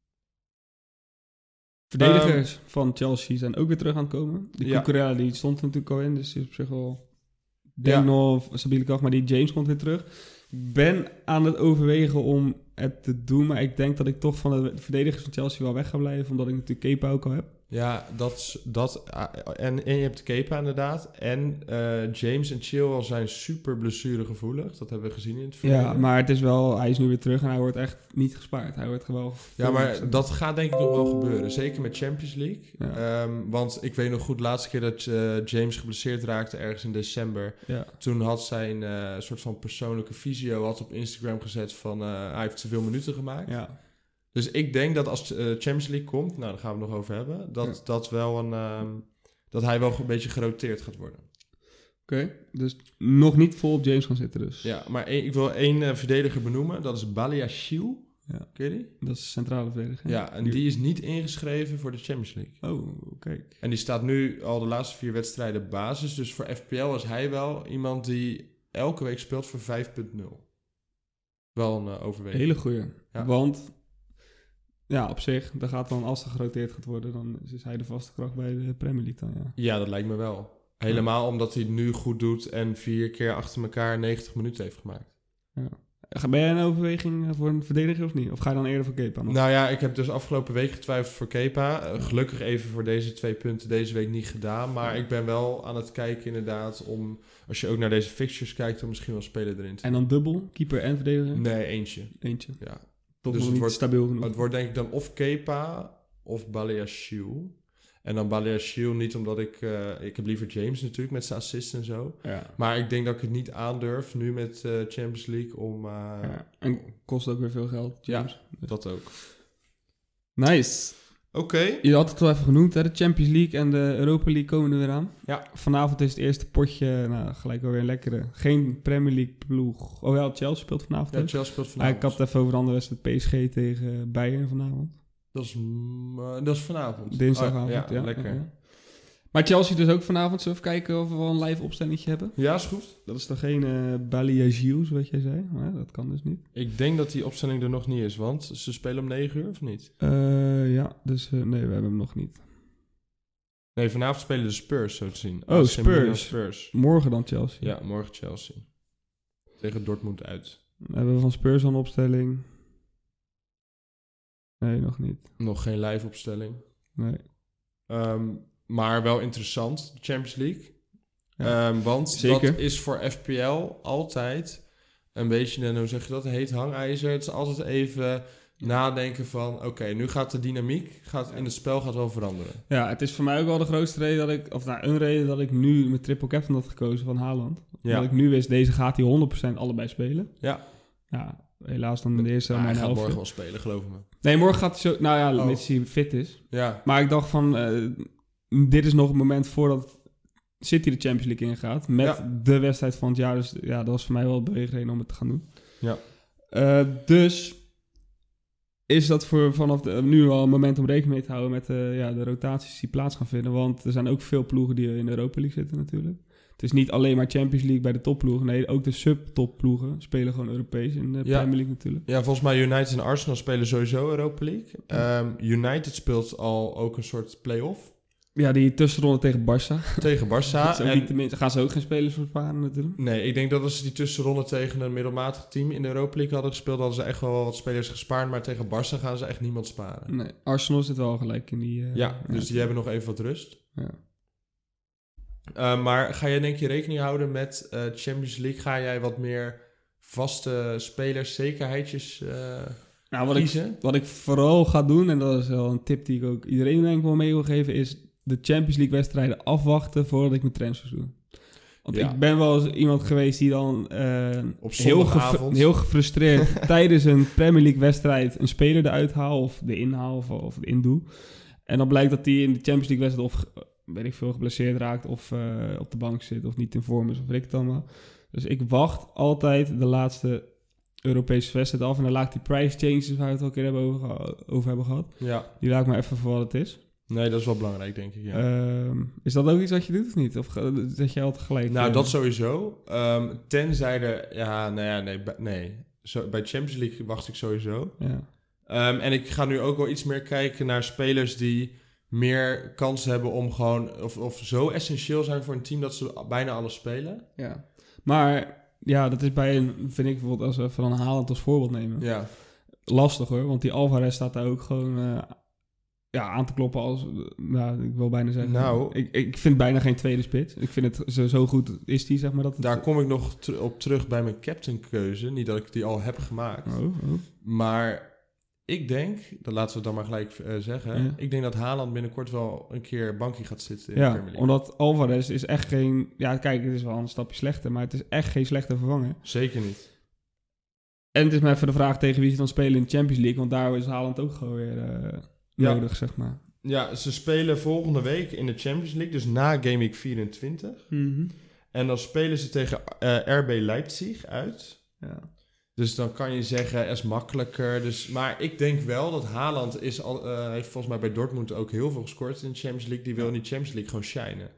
Verdedigers van Chelsea zijn ook weer terug aan het komen. Die Cucurella, die stond er natuurlijk al in. Dus die is op zich wel... Denk nog stabiele kracht. Maar die James komt weer terug. Ik ben aan het overwegen om het te doen. Maar ik denk dat ik toch van de verdedigers van Chelsea wel weg ga blijven. Omdat ik natuurlijk Kepa ook al heb. Ja, en je hebt Kepa inderdaad. En James en Chilwell zijn super blessuregevoelig. Dat hebben we gezien in het verleden. Ja, maar het is wel... Hij is nu weer terug en hij wordt echt niet gespaard. Hij wordt gewoon... Ja, maar dat gaat denk ik nog wel gebeuren. Zeker met Champions League. Ja. Want ik weet nog goed, de laatste keer dat James geblesseerd raakte ergens in december. Ja. Toen had zijn soort van persoonlijke fysio had op Instagram gezet van... hij heeft te veel minuten gemaakt. Ja. Dus ik denk dat als Champions League komt, daar gaan we het nog over hebben, dat hij wel een beetje geroteerd gaat worden. Oké, dus nog niet vol op James gaan zitten dus. Ja, maar ik wil 1 verdediger benoemen, dat is Baliashile. Ja. Ken je die? Dat is centrale verdediger. Ja, en die is niet ingeschreven voor de Champions League. Oh, oké. En die staat nu al de laatste 4 wedstrijden basis, dus voor FPL is hij wel iemand die elke week speelt voor 5.0. Wel een overweging. Hele goeie, want... Ja, op zich, dan gaat dan, als er geroteerd gaat worden, dan is hij de vaste kracht bij de Premier League dan, ja. Ja, dat lijkt me wel. Helemaal omdat hij het nu goed doet en 4 keer achter elkaar 90 minuten heeft gemaakt. Ja. Ben jij een overweging voor een verdediger of niet? Of ga je dan eerder voor Kepa nog? Nou ja, ik heb dus afgelopen week getwijfeld voor Kepa. Gelukkig even voor deze 2 punten deze week niet gedaan. Maar ik ben wel aan het kijken inderdaad om, als je ook naar deze fixtures kijkt, om misschien wel spelen erin te. En dan dubbel? Keeper en verdediger? Nee, eentje. Ja. Toch dus nog niet stabiel genoeg. Het wordt denk ik dan of Kepa of Baliashile. En dan Baliashile niet omdat ik heb liever James natuurlijk met zijn assist en zo. Ja. Maar ik denk dat ik het niet aandurf nu met Champions League om... En kost ook weer veel geld, James. Ja, dat ook. Nice. Oké. Je had het wel even genoemd, hè? De Champions League en de Europa League komen er weer aan. Ja. Vanavond is het eerste potje, gelijk wel weer een lekkere. Geen Premier League ploeg. Oh ja, Chelsea speelt vanavond. Ja, Chelsea speelt vanavond. Ik had het even over de andere wedstrijd, PSG tegen Bayern vanavond. Dat is vanavond. Dinsdagavond, ja. Lekker. Ja. Maar Chelsea dus ook vanavond. Zullen we even kijken of we wel een live opstellingetje hebben? Ja, is goed. Dat is toch geen Baliashile, wat jij zei? Maar dat kan dus niet. Ik denk dat die opstelling er nog niet is, want ze spelen om 9 uur of niet? Ja, dus nee, we hebben hem nog niet. Nee, vanavond spelen de Spurs, zo te zien. Oh, Spurs. Morgen dan Chelsea. Ja, morgen Chelsea. Tegen Dortmund uit. Hebben we van Spurs al een opstelling? Nee, nog niet. Nog geen live opstelling? Nee. Maar wel interessant, de Champions League. Ja, want zeker. Dat is voor FPL altijd een beetje, hoe zeg je dat, heet hangijzer. Het is altijd even nadenken van, oké, nu gaat de dynamiek in het spel gaat wel veranderen. Ja, het is voor mij ook wel de grootste reden een reden dat ik nu met triple captain had gekozen van Haaland. Ja. Dat ik nu wist, deze gaat hij 100% allebei spelen. Ja. Ja, helaas dan de eerste. Hij gaat morgen wel spelen, geloof me. Nee, morgen gaat hij zo, mits hij fit is. Ja. Maar ik dacht van... dit is nog het moment voordat City de Champions League ingaat. Met de wedstrijd van het jaar. Dus ja, dat was voor mij wel een beweegreden om het te gaan doen. Ja. Dus is dat vanaf nu al een moment om rekening mee te houden met de rotaties die plaats gaan vinden. Want er zijn ook veel ploegen die in de Europa League zitten natuurlijk. Het is niet alleen maar Champions League bij de topploegen. Nee, ook de subtopploegen spelen gewoon Europees in de Premier League natuurlijk. Ja, volgens mij United en Arsenal spelen sowieso Europa League. United speelt al ook een soort play-off. Ja, die tussenronde tegen Barça. Tegen Barça. En gaan ze ook geen spelers versparen natuurlijk? Nee, ik denk dat als ze die tussenronde tegen een middelmatig team in de Europa League hadden gespeeld, hadden ze echt wel wat spelers gespaard. Maar tegen Barça gaan ze echt niemand sparen. Nee, Arsenal zit wel gelijk in die... dus die hebben nog even wat rust. Ja. Maar ga jij denk je rekening houden met Champions League? Ga jij wat meer vaste spelers, zekerheidjes Nou, wat ik vooral ga doen, en dat is wel een tip die ik ook iedereen denk ik wel mee wil geven, is de Champions League wedstrijden afwachten voordat ik mijn transfers doe. Want ik ben wel eens iemand geweest die dan heel gefrustreerd tijdens een Premier League wedstrijd een speler eruit haal of de inhaal of de indoe. En dan blijkt dat die in de Champions League wedstrijd of weet ik veel geblesseerd raakt of op de bank zit of niet in vorm is of weet ik het allemaal. Dus ik wacht altijd de laatste Europese wedstrijd af en dan laat ik die price changes waar we het al een keer over hebben gehad. Ja. Die laat ik maar even voor wat het is. Nee, dat is wel belangrijk, denk ik, ja. Is dat ook iets wat je doet of niet? Of zet je altijd gelijk? Nou, dat sowieso. Tenzij nee. Bij Champions League wacht ik sowieso. Ja. En ik ga nu ook wel iets meer kijken naar spelers die meer kans hebben om gewoon... Of zo essentieel zijn voor een team dat ze bijna alles spelen. Ja. Maar ja, dat is bij vind ik bijvoorbeeld, als we van Haaland als voorbeeld nemen. Ja. Lastig hoor, want die Alvarez staat daar ook gewoon... aan te kloppen als... Nou, ik wil bijna zeggen... Nou, ik vind bijna geen tweede spits. Ik vind het zo goed is die, zeg maar. Dat het... Daar kom ik nog op terug bij mijn captainkeuze. Niet dat ik die al heb gemaakt. Maar ik denk... Dat laten we het dan maar gelijk zeggen. Ja. Ik denk dat Haaland binnenkort wel een keer bankje gaat zitten in de Premier League. Omdat Alvarez is echt geen... Ja, kijk, het is wel een stapje slechter. Maar het is echt geen slechte vervanger. Zeker niet. En het is maar even de vraag tegen wie ze dan spelen in de Champions League. Want daar is Haaland ook gewoon weer... nodig, zeg maar. Ja, ze spelen volgende week in de Champions League, dus na Game Week 24. Mm-hmm. En dan spelen ze tegen RB Leipzig uit. Ja. Dus dan kan je zeggen, is makkelijker. Dus, maar ik denk wel dat Haaland heeft volgens mij bij Dortmund ook heel veel gescoord in de Champions League. Die wil in die Champions League gewoon shinen.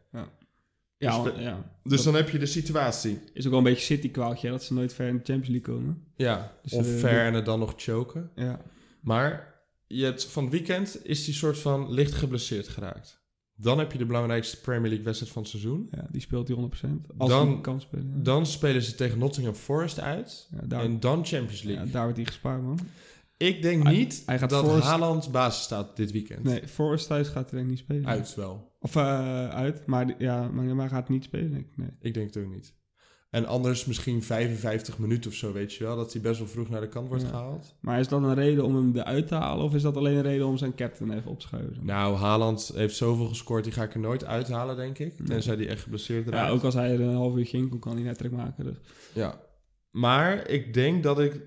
Ja. Dus dan heb je de situatie. Is ook wel een beetje City-kwaaltje, dat ze nooit ver in de Champions League komen. Ja, dus of ver en het dan nog choken. Ja. Maar... van het weekend is die soort van licht geblesseerd geraakt. Dan heb je de belangrijkste Premier League wedstrijd van het seizoen. Ja, die speelt hij 100%. Als hij kan spelen. Ja. Dan spelen ze tegen Nottingham Forest uit. Ja, en dan Champions League. Ja, daar wordt hij gespaard, man. Ik denk niet dat Haaland basis staat dit weekend. Nee, Forest thuis gaat hij denk niet spelen. Uit wel. Of uit, maar maar gaat niet spelen. Nee. Ik denk het ook niet. En anders misschien 55 minuten of zo, weet je wel. Dat hij best wel vroeg naar de kant wordt gehaald. Maar is dat een reden om hem eruit te halen? Of is dat alleen een reden om zijn captain even op te schuiven? Nou, Haaland heeft zoveel gescoord. Die ga ik er nooit uithalen, denk ik. Tenzij hij echt geblesseerd raakt. Ja, ook als hij er een half uurtje in komt, kan hij net trek maken. Dus. Ja. Maar ik denk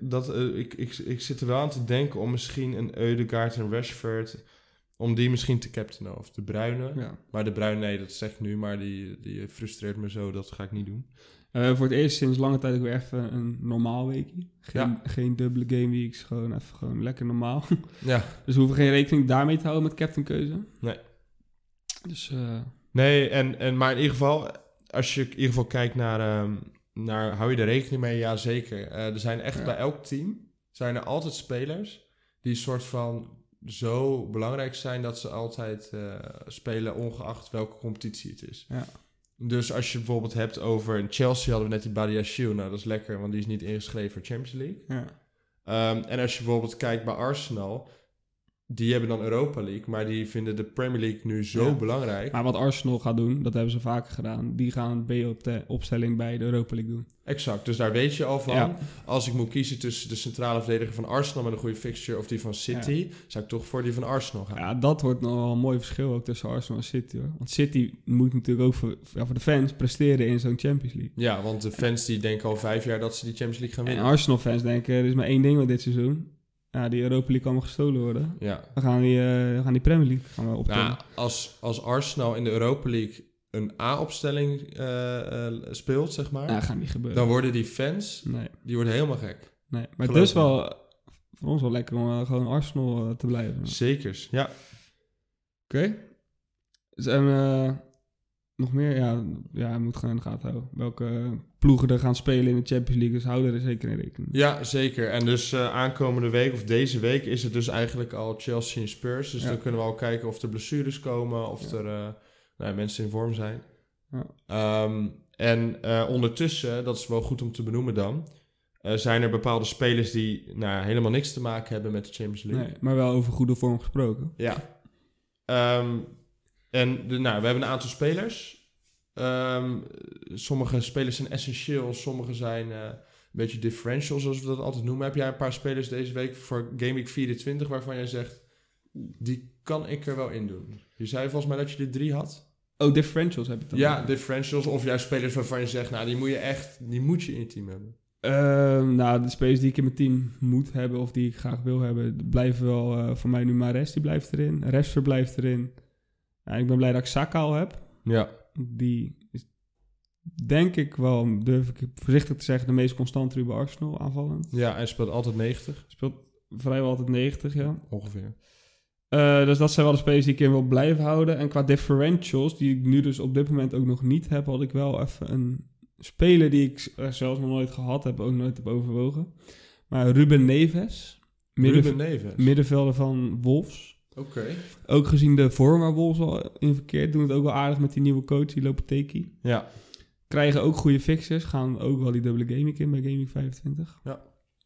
ik zit er wel aan te denken om misschien een Ødegaard en Rashford... om die misschien te captainen. Of de Bruyne. Ja. Maar de Bruyne, nee, dat zeg ik nu. Maar die frustreert me zo. Dat ga ik niet doen. Voor het eerst sinds lange tijd ook weer even een normaal weekje. Geen dubbele game weeks, gewoon lekker normaal. Ja. Dus we hoeven geen rekening daarmee te houden met captainkeuze. Nee. Dus, nee, maar in ieder geval, als je in ieder geval kijkt naar hou je er rekening mee? Ja, zeker. Er zijn echt bij elk team, zijn er altijd spelers die soort van zo belangrijk zijn dat ze altijd spelen, ongeacht welke competitie het is. Ja. Dus als je bijvoorbeeld hebt over... In Chelsea hadden we net die Badiashile. Nou, dat is lekker, want die is niet ingeschreven voor Champions League. Ja. En als je bijvoorbeeld kijkt bij Arsenal... Die hebben dan Europa League, maar die vinden de Premier League nu zo belangrijk. Maar wat Arsenal gaat doen, dat hebben ze vaker gedaan. Die gaan B-opstelling bij de Europa League doen. Exact, dus daar weet je al van. Ja. Als ik moet kiezen tussen de centrale verdediger van Arsenal met een goede fixture of die van City, zou ik toch voor die van Arsenal gaan. Ja, dat wordt nog wel een mooi verschil ook tussen Arsenal en City, hoor. Want City moet natuurlijk ook voor de fans presteren in zo'n Champions League. Ja, want de fans die denken al 5 jaar dat ze die Champions League gaan winnen. En Arsenal fans denken, er is maar één ding met dit seizoen. Ja, die Europa League kan maar gestolen worden. Ja. Dan gaan die Premier League optellen. Ja, als Arsenal in de Europa League een A-opstelling speelt, zeg maar... Ja, gaat niet gebeuren. Dan worden die fans, die worden helemaal gek. Nee, maar het is wel voor ons wel lekker om gewoon Arsenal te blijven. Zekers, ja. Oké. Dus, nog meer? Ja, moet gewoon in de gaten houden. Welke ploegen er gaan spelen in de Champions League. Dus hou er zeker in rekening. Ja, zeker. En dus aankomende week, of deze week, is het dus eigenlijk al Chelsea en Spurs. Dus dan kunnen we al kijken of er blessures komen. Of er mensen in vorm zijn. Ja. En ondertussen, dat is wel goed om te benoemen dan... zijn er bepaalde spelers die helemaal niks te maken hebben met de Champions League. Nee, maar wel over goede vorm gesproken. Ja. We hebben een aantal spelers. Sommige spelers zijn essentieel, sommige zijn beetje differential, zoals we dat altijd noemen. Heb jij een paar spelers deze week voor Game Week 24 waarvan jij zegt, die kan ik er wel in doen? Je zei volgens mij dat je er 3 had. Oh, differentials heb ik dan. Ja, differentials of juist spelers waarvan je zegt, nou, die moet je in je team hebben. Nou, de spelers die ik in mijn team moet hebben of die ik graag wil hebben, blijven wel voor mij nu Mahrez, die blijft erin. Rashford blijft erin. Ik ben blij dat ik Saka al heb. Ja. Die is, denk ik wel, durf ik voorzichtig te zeggen, de meest constante bij Arsenal aanvallend. Ja, hij speelt altijd 90. Speelt vrijwel altijd 90, ja. Ongeveer. Dus dat zijn wel de spelers die ik in wil blijven houden. En qua differentials, die ik nu dus op dit moment ook nog niet heb, had ik wel even een speler die ik zelfs nog nooit gehad heb, ook nooit heb overwogen. Maar Ruben Neves. Middenvelder van Wolves. Oké. Ook gezien de vorm waar Wolves al in verkeerd, doen het ook wel aardig met die nieuwe coach, die Lopetegi. Ja. Krijgen ook goede fixes, gaan ook wel die dubbele gaming in bij Gaming 25. Ja.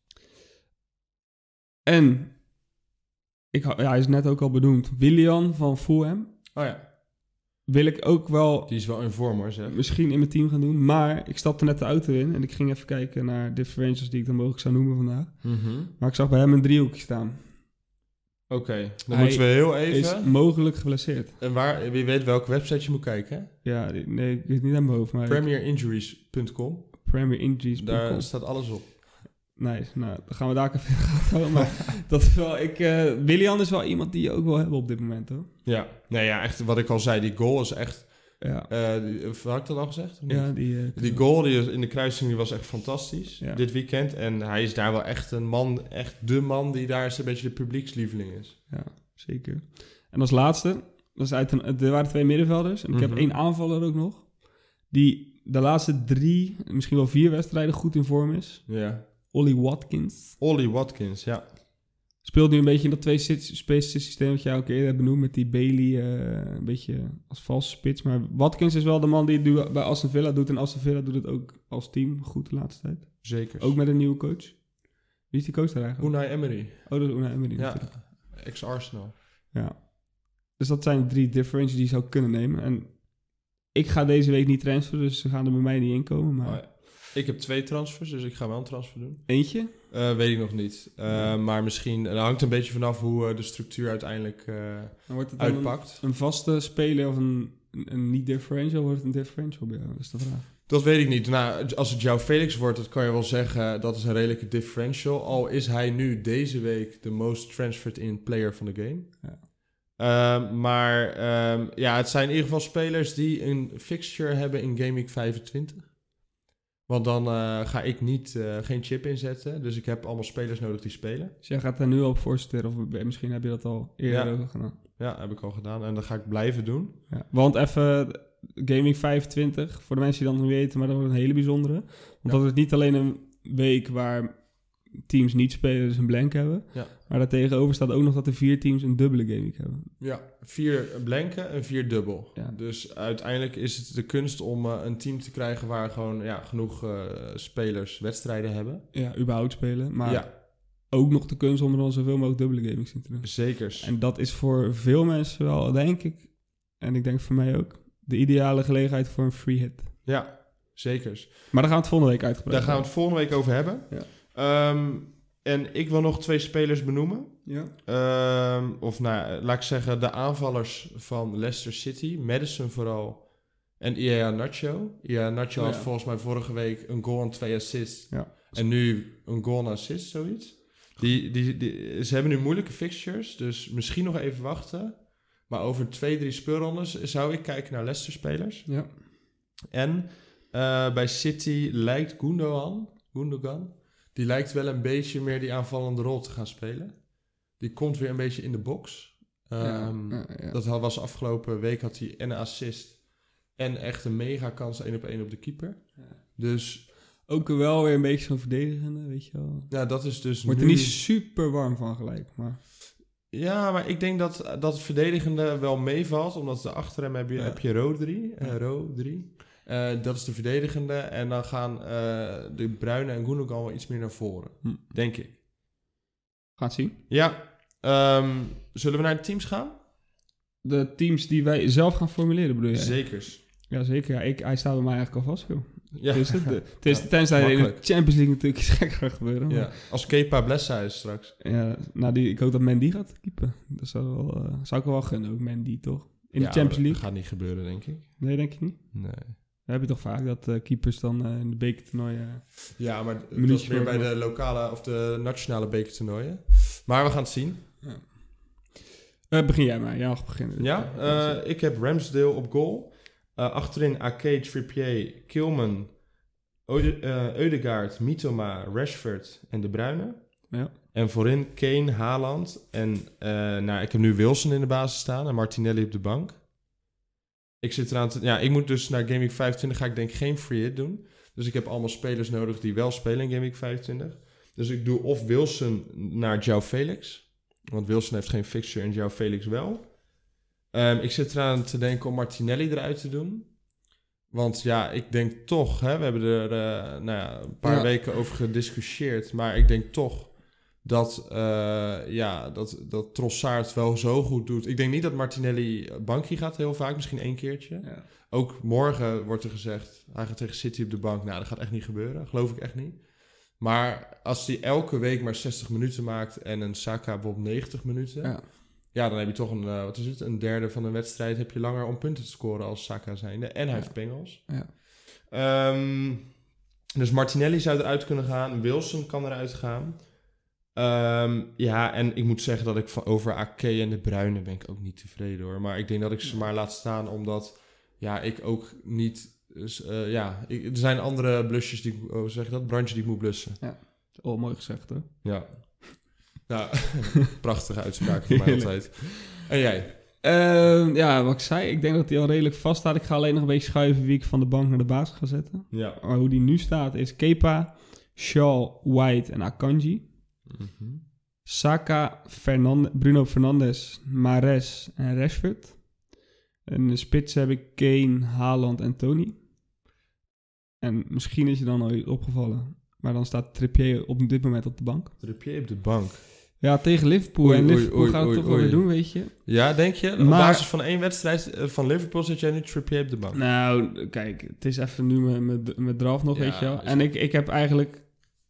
En hij is net ook al benoemd. Willian van Fulham. Oh ja. Wil ik ook wel... Die is wel in vorm hoor, zeg. Misschien in mijn team gaan doen. Maar ik stapte net de auto in en ik ging even kijken naar differentials die ik dan mogelijk zou noemen vandaag. Mm-hmm. Maar ik zag bij hem een driehoekje staan. Oké, dan moeten we heel even... is mogelijk geblesseerd. En wie weet welke website je moet kijken, hè? Ja, nee, ik weet niet aan mijn hoofd. Maar Premierinjuries.com. Premierinjuries.com. Daar staat alles op. Nice, nou, dan gaan we daar even in gaan houden. Maar dat is wel... Willian is wel iemand die je ook wil hebben op dit moment, hoor. Ja, nee, ja, echt wat ik al zei, die goal is echt... Ja. Had ik dat al gezegd? Ja, die goal die in de kruising die was echt fantastisch dit weekend. En hij is daar wel echt een man, echt de man die daar een beetje de publiekslieveling is. Ja, zeker. En als laatste, er waren 2 middenvelders. En ik heb 1 aanvaller ook nog. Die de laatste 3, misschien wel 4 wedstrijden goed in vorm is. Ja. Ollie Watkins, ja. Speelt nu een beetje in dat 2-space systeem wat jij ook eerder hebt benoemd. Met die Bailey een beetje als valse spits. Maar Watkins is wel de man die het bij Aston Villa doet. En Aston Villa doet het ook als team goed de laatste tijd. Zeker. Ook met een nieuwe coach. Wie is die coach daar eigenlijk? Unai Emery. Oh, dat is Unai Emery. Ja, ex-Arsenal. Ja. Dus dat zijn 3 differentials die je zou kunnen nemen. En ik ga deze week niet transferen, dus ze gaan er bij mij niet in komen. Maar... Oh, ja. Ik heb 2 transfers, dus ik ga wel een transfer doen. Eentje? Weet ik nog niet. Maar misschien... Dat hangt een beetje vanaf hoe de structuur uiteindelijk wordt het uitpakt. Een vaste speler of een niet-differential? Wordt het een differential bij jou? Dat is de vraag. Dat weet ik niet. Nou, als het João Felix wordt, dat kan je wel zeggen, dat is een redelijke differential. Al is hij nu deze week de most transferred in player van de game. Ja. Het zijn in ieder geval spelers die een fixture hebben in Game Week 25. Want dan ga ik geen chip inzetten. Dus ik heb allemaal spelers nodig die spelen. Dus jij gaat daar nu al op voorstellen? Of misschien heb je dat al eerder gedaan? Ja, heb ik al gedaan. En dat ga ik blijven doen. Ja, want even Gaming 25, voor de mensen die dat niet weten, maar dat wordt een hele bijzondere. Want dat is niet alleen een week waar teams niet spelen, dus een blank hebben. Ja. Maar daartegenover staat ook nog dat de 4 teams een dubbele gaming hebben. Ja, 4 blanken en 4 dubbel. Ja. Dus uiteindelijk is het de kunst om een team te krijgen waar gewoon genoeg spelers wedstrijden hebben. Ja, überhaupt spelen. Maar ook nog de kunst om er dan zoveel mogelijk dubbele gamings in te doen. Zekers. En dat is voor veel mensen wel, denk ik, en ik denk voor mij ook, de ideale gelegenheid voor een free hit. Ja, zekers. Maar daar gaan we het volgende week uitgebreid Daar gaan we het volgende week over hebben. Ja. En ik wil nog 2 spelers benoemen. Ja. Laat ik zeggen, de aanvallers van Leicester City. Madison vooral. En Iheanacho. Iheanacho had volgens mij vorige week een goal en 2 assists. Ja. En nu een goal en assist, zoiets. Ze hebben nu moeilijke fixtures, dus misschien nog even wachten. Maar over 2-3 speelrondes zou ik kijken naar Leicester-spelers. Ja. En bij City lijkt Gundogan, die lijkt wel een beetje meer die aanvallende rol te gaan spelen. Die komt weer een beetje in de box. Dat was afgelopen week, had hij en een assist en echt een mega kans 1-op-1 op de keeper. Ja. Dus... Ook wel weer een beetje zo'n verdedigende, weet je wel. Ja, dat is dus wordt er niet super warm van gelijk, maar... Ja, maar ik denk dat het verdedigende wel meevalt, omdat achter hem heb je Rodri. Dat is de verdedigende. En dan gaan de Bruyne en Gundogan wel iets meer naar voren. Denk ik. Gaat zien. Ja. Zullen we naar de teams gaan? De teams die wij zelf gaan formuleren, bedoel je? Zekers. Ja, zeker. Ja, hij staat bij mij eigenlijk al vast, joh. Ja. Tenzij in de Champions League natuurlijk iets gek gaat gebeuren. Maar. Ja, als Kepa Blessa is straks. Ja, nou ik hoop dat Mendy gaat keepen. Dat zou ik wel gunnen, ook Mendy, toch? In de Champions League. Dat gaat niet gebeuren, denk ik. Nee, denk je niet? Nee. Dan heb je toch vaak dat keepers dan in de bekertoernooien... ja, maar dat is meer bij de lokale of de nationale bekertoernooien. Maar we gaan het zien. Ja. Begin jij maar. Jij mag beginnen. Ja, ik heb Ramsdale op goal. Achterin Ake, Trippier, Kilman, Ødegaard, Mitoma, Rashford en De Bruyne. Ja. En voorin Kane, Haaland. En ik heb nu Wilson in de basis staan en Martinelli op de bank. Ik zit eraan ik moet dus naar Game Week 25 ga ik denk geen free hit doen. Dus ik heb allemaal spelers nodig die wel spelen in Game Week 25. Dus ik doe of Wilson naar João Felix. Want Wilson heeft geen fixture en João Felix wel. Ik zit eraan te denken om Martinelli eruit te doen. Want ik denk toch... we hebben er een paar weken over gediscussieerd. Maar ik denk toch dat Trossard wel zo goed doet. Ik denk niet dat Martinelli bankie gaat heel vaak. Misschien 1 keertje. Ja. Ook morgen wordt er gezegd... hij gaat tegen City op de bank. Nou, dat gaat echt niet gebeuren. Geloof ik echt niet. Maar als hij elke week maar 60 minuten maakt... en een Saka bijvoorbeeld 90 minuten... Ja, dan heb je toch een derde van een wedstrijd... heb je langer om punten te scoren als Saka zijnde. En hij heeft pengels. Ja. Dus Martinelli zou eruit kunnen gaan. Wilson kan eruit gaan. En ik moet zeggen dat ik over Ake en De Bruyne... ben ik ook niet tevreden hoor. Maar ik denk dat ik ze maar laat staan... omdat ik ook niet... er zijn andere blusjes die brandje die ik moet blussen. Ja, mooi gezegd hoor. Ja. Nou, prachtige uitspraak voor mij altijd. En jij? Wat ik zei, ik denk dat hij al redelijk vast staat. Ik ga alleen nog een beetje schuiven wie ik van de bank naar de basis ga zetten. Ja. Maar hoe die nu staat is Kepa, Shaw, White en Akanji. Mm-hmm. Saka, Bruno Fernandes, Mahrez en Rashford. En de spits heb ik Kane, Haaland en Tony. En misschien is je dan al opgevallen. Maar dan staat Trippier op dit moment op de bank. Trippier op de bank? Ja, tegen Liverpool. Liverpool gaat het toch wel weer doen, weet je. Ja, denk je? Op basis van 1 wedstrijd van Liverpool zet jij nu Trippier op de bank? Nou, kijk, het is even nu mijn draf nog, weet je wel. En ik heb eigenlijk...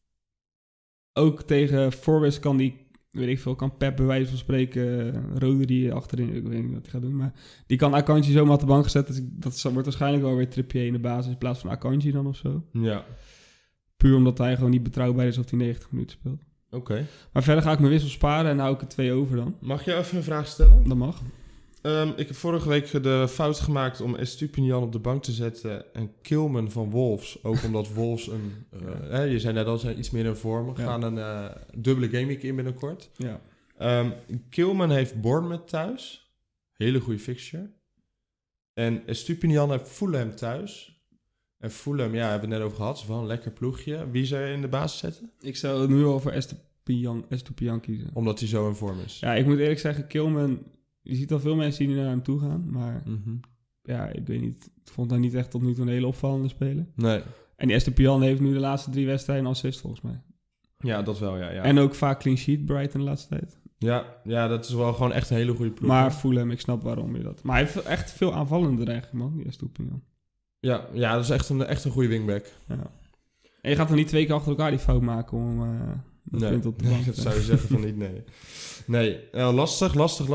Ook tegen Forwest kan Pep bij wijze van spreken... Rodri achterin, ik weet niet wat hij gaat doen. Maar die kan Akanji zomaar op de bank gezet. Dus dat wordt waarschijnlijk wel weer Trippier in de basis... in plaats van Akanji dan of zo. Ja. Puur omdat hij gewoon niet betrouwbaar is of hij 90 minuten speelt. Oké. Maar verder ga ik mijn wissel sparen en hou ik er 2 over dan. Mag je even een vraag stellen? Dat mag. Ik heb vorige week de fout gemaakt om Estupiñán op de bank te zetten en Kilman van Wolves. Ook omdat Wolves je zei net al, zijn iets meer in vorm. We gaan een dubbele gameweek in binnenkort. Ja. Kilman heeft Bournemouth thuis. Hele goede fixture. En Estupiñán heeft Fulham thuis. En Fulham, hebben we het net over gehad. Het is wel een lekker ploegje. Wie zou je in de basis zetten? Ik zou nu al voor Estupiñán kiezen. Omdat hij zo in vorm is. Ja, ik moet eerlijk zeggen, Kilman... Je ziet al veel mensen die naar hem toe gaan. Maar ik weet niet. Ik vond hij niet echt tot nu toe een hele opvallende speler. Nee. En die Estupiñán heeft nu de laatste 3 wedstrijden een assist volgens mij. Ja, dat wel, ja. En ook vaak clean sheet Brighton de laatste tijd. Ja, dat is wel gewoon echt een hele goede ploeg. Maar Fulham, ik snap waarom je dat... Maar hij heeft echt veel aanvallender eigenlijk, man, die Estupiñán. Ja, dat is echt een goede wingback. Ja. En je gaat dan niet 2 keer achter elkaar die fout maken om punt op de bank te dat zou je zeggen van niet, nee. Lastig.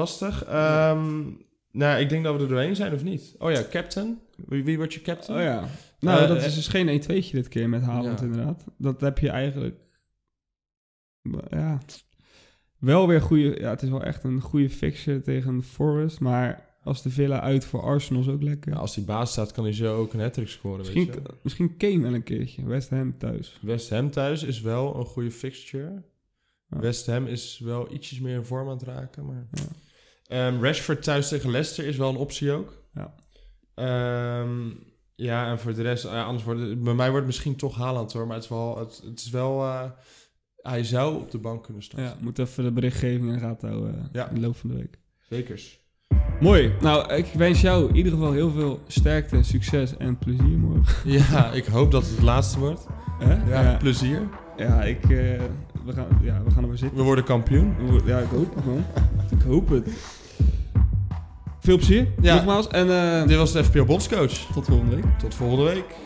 Ik denk dat we er doorheen zijn, of niet? Oh ja, captain. Wie wordt je captain? Oh ja. Nou, dat is dus geen 1-2'tje dit keer met Haaland inderdaad. Dat heb je eigenlijk... Ja... Wel weer goede... Ja, het is wel echt een goede fixture tegen Forest, maar... Als de Villa uit voor Arsenal is ook lekker. Ja, als hij baas staat, kan hij zo ook een hat-trick scoren. Misschien Kane wel een keertje. West Ham thuis. West Ham thuis is wel een goede fixture. Ja. West Ham is wel ietsjes meer in vorm aan het raken. Maar... Ja. Rashford thuis tegen Leicester is wel een optie ook. Ja. En voor de rest... anders bij mij wordt het misschien toch Haaland hoor. Maar het is wel... hij zou op de bank kunnen staan. Ja, moet even de berichtgeving in de gaten houden in de loop van de week. Zekers. Mooi. Nou, ik wens jou in ieder geval heel veel sterkte, succes en plezier morgen. Ja, ik hoop dat het laatste wordt. Ja, plezier. Ja, we gaan er maar zitten. We worden kampioen. Ja, ik hoop het, man. Ik hoop het. Veel plezier, nogmaals. En, dit was de FPL Bondscoach. Tot volgende week.